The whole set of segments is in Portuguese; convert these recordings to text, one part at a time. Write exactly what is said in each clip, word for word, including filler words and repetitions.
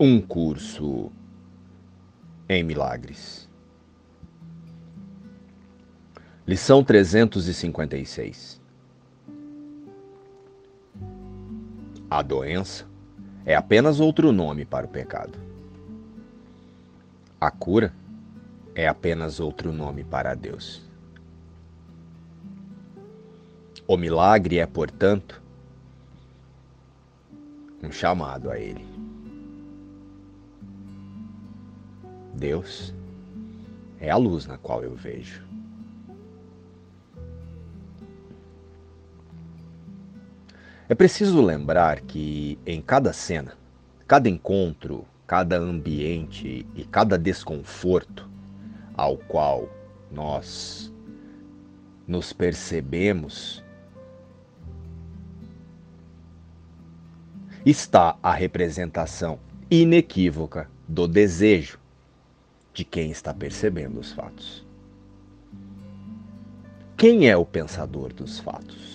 Um curso em milagres. Lição trezentos e cinquenta e seis. A doença é apenas outro nome para o pecado. A cura é apenas outro nome para Deus. O milagre é, portanto, um chamado a Ele. Deus é a luz na qual eu vejo. É preciso lembrar que em cada cena, cada encontro, cada ambiente e cada desconforto ao qual nós nos percebemos, está a representação inequívoca do desejo de quem está percebendo os fatos. Quem é o pensador dos fatos?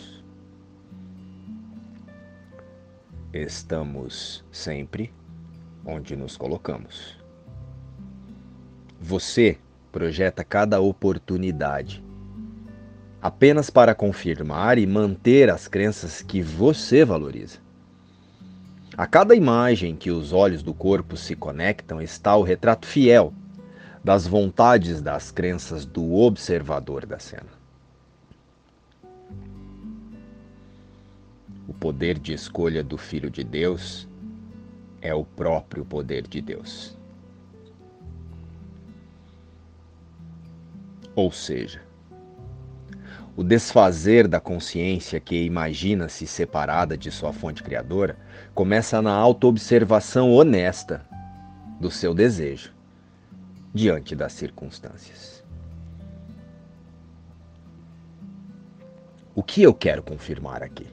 Estamos sempre onde nos colocamos. Você projeta cada oportunidade apenas para confirmar e manter as crenças que você valoriza. A cada imagem que os olhos do corpo se conectam está o retrato fiel das vontades das crenças do observador da cena. O poder de escolha do Filho de Deus é o próprio poder de Deus. Ou seja, o desfazer da consciência que imagina-se separada de sua fonte criadora começa na autoobservação honesta do seu desejo diante das circunstâncias. O que eu quero confirmar aqui?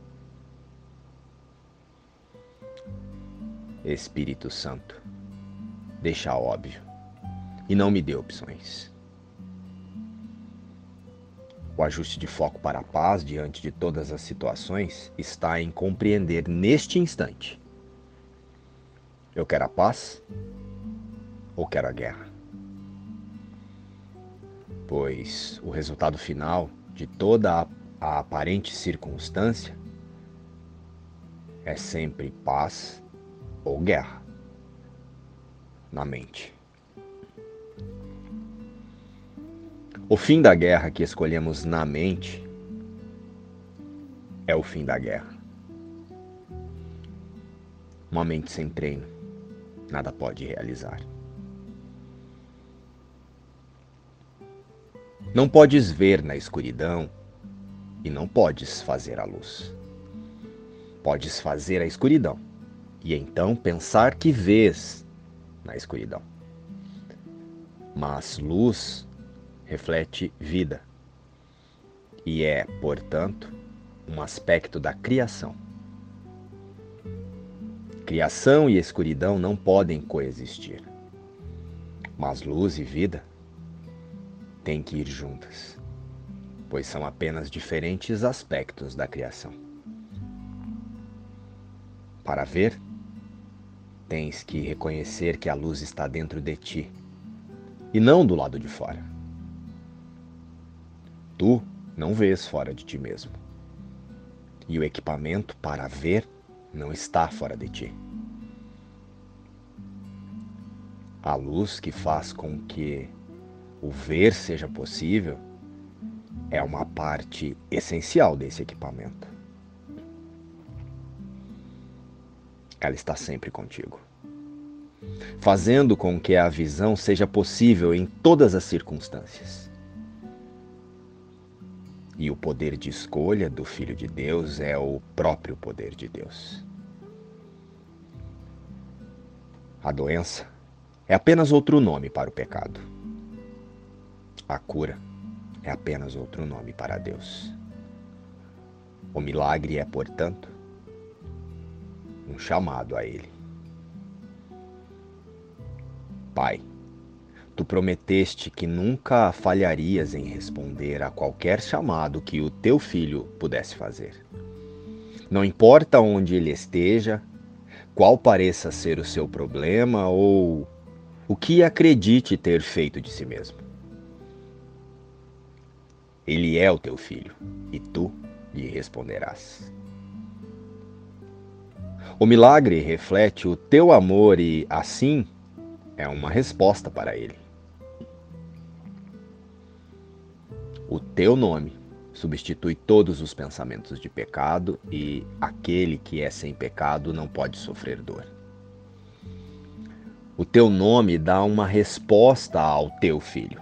Espírito Santo, deixa óbvio e não me dê opções. O ajuste de foco para a paz diante de todas as situações está em compreender neste instante: eu quero a paz ou quero a guerra? Pois o resultado final de toda a, a aparente circunstância é sempre paz ou guerra na mente. O fim da guerra que escolhemos na mente é o fim da guerra. Uma mente sem treino nada pode realizar. Não podes ver na escuridão e não podes fazer a luz. Podes fazer a escuridão e então pensar que vês na escuridão. Mas luz reflete vida e é, portanto, um aspecto da criação. Criação e escuridão não podem coexistir, mas luz e vida têm que ir juntas, pois são apenas diferentes aspectos da criação. Para ver, tens que reconhecer que a luz está dentro de ti e não do lado de fora. Tu não vês fora de ti mesmo. E o equipamento para ver não está fora de ti. A luz que faz com que o ver seja possível é uma parte essencial desse equipamento. Ela está sempre contigo, fazendo com que a visão seja possível em todas as circunstâncias. E o poder de escolha do Filho de Deus é o próprio poder de Deus. A doença é apenas outro nome para o pecado. A cura é apenas outro nome para Deus. O milagre é, portanto, um chamado a Ele. Pai, Tu prometeste que nunca falharias em responder a qualquer chamado que o Teu Filho pudesse fazer. Não importa onde ele esteja, qual pareça ser o seu problema ou o que acredite ter feito de si mesmo. Ele é o teu filho, e tu lhe responderás. O milagre reflete o teu amor e, assim, é uma resposta para ele. O teu nome substitui todos os pensamentos de pecado e aquele que é sem pecado não pode sofrer dor. O teu nome dá uma resposta ao teu filho.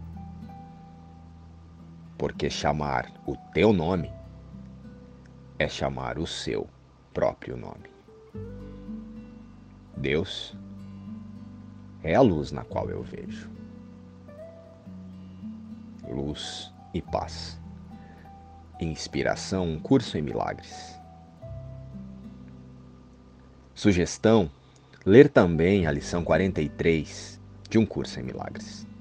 Porque chamar o teu nome é chamar o seu próprio nome. Deus é a luz na qual eu vejo. Luz e paz. Inspiração, um curso em milagres. Sugestão: ler também a lição quarenta e três de um curso em milagres.